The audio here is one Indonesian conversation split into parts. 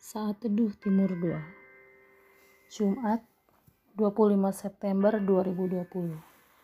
Saat Teduh Timur 2, Jumat 25 September 2020.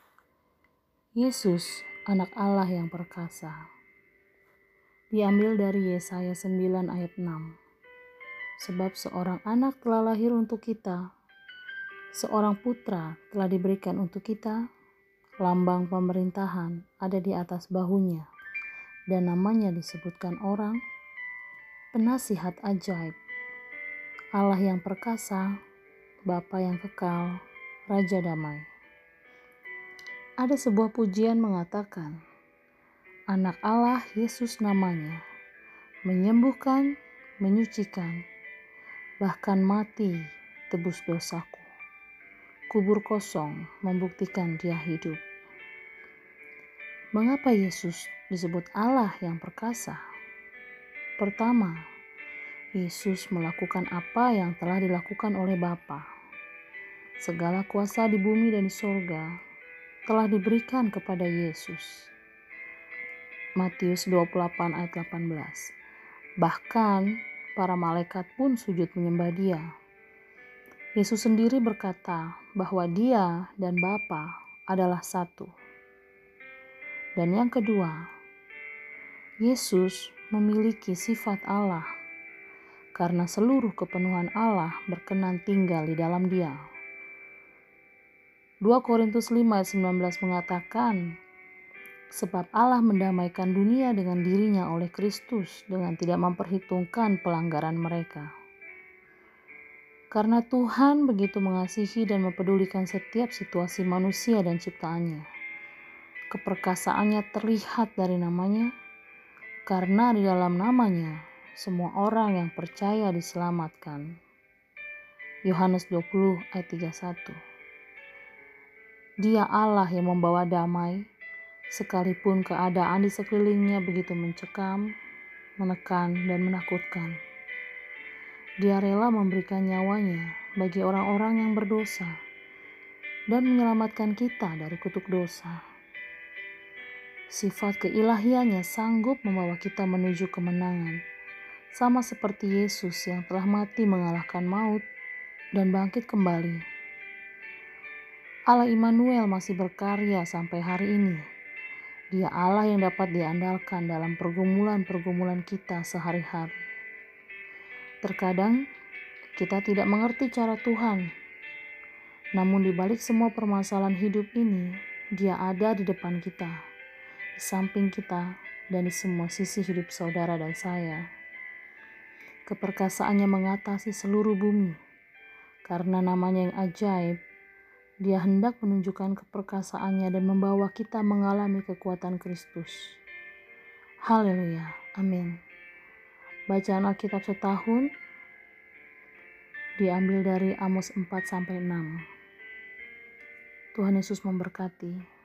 Yesus, anak Allah yang perkasa. Diambil dari Yesaya 9 ayat 6. Sebab seorang anak telah lahir untuk kita, seorang putra telah diberikan untuk kita, lambang pemerintahan ada di atas bahunya, dan namanya disebutkan orang, Penasihat Ajaib, Allah yang perkasa, Bapa yang kekal, Raja Damai. Ada sebuah pujian mengatakan, Anak Allah Yesus namanya, menyembuhkan, menyucikan, bahkan mati tebus dosaku. Kubur kosong membuktikan dia hidup. Mengapa Yesus disebut Allah yang perkasa? Pertama, Yesus melakukan apa yang telah dilakukan oleh Bapa. Segala kuasa di bumi dan di sorga telah diberikan kepada Yesus. Matius 28 ayat 18. Bahkan para malaikat pun sujud menyembah dia. Yesus sendiri berkata bahwa dia dan Bapa adalah satu. Dan yang kedua, Yesus memiliki sifat Allah karena seluruh kepenuhan Allah berkenan tinggal di dalam dia. 2 Korintus 5 ayat 19 mengatakan, sebab Allah mendamaikan dunia dengan dirinya oleh Kristus dengan tidak memperhitungkan pelanggaran mereka. Karena Tuhan begitu mengasihi dan mempedulikan setiap situasi manusia dan ciptaannya. Keperkasaannya terlihat dari namanya, karena di dalam namanya semua orang yang percaya diselamatkan. Yohanes 20 ayat 31. Dia Allah yang membawa damai, sekalipun keadaan di sekelilingnya begitu mencekam, menekan, dan menakutkan. Dia rela memberikan nyawanya bagi orang-orang yang berdosa dan menyelamatkan kita dari kutuk dosa. Sifat keilahiannya sanggup membawa kita menuju kemenangan, sama seperti Yesus yang telah mati mengalahkan maut dan bangkit kembali. Allah Immanuel masih berkarya sampai hari ini. Dia Allah yang dapat diandalkan dalam pergumulan-pergumulan kita sehari-hari. Terkadang kita tidak mengerti cara Tuhan, namun di balik semua permasalahan hidup ini, Dia ada di depan kita, di samping kita, dan di semua sisi hidup saudara dan saya. Keperkasaannya mengatasi seluruh bumi, karena namanya yang ajaib. Dia hendak menunjukkan keperkasaannya dan membawa kita mengalami kekuatan Kristus. Haleluya, amin. Bacaan Alkitab setahun diambil dari Amos 4-6. Tuhan Yesus memberkati.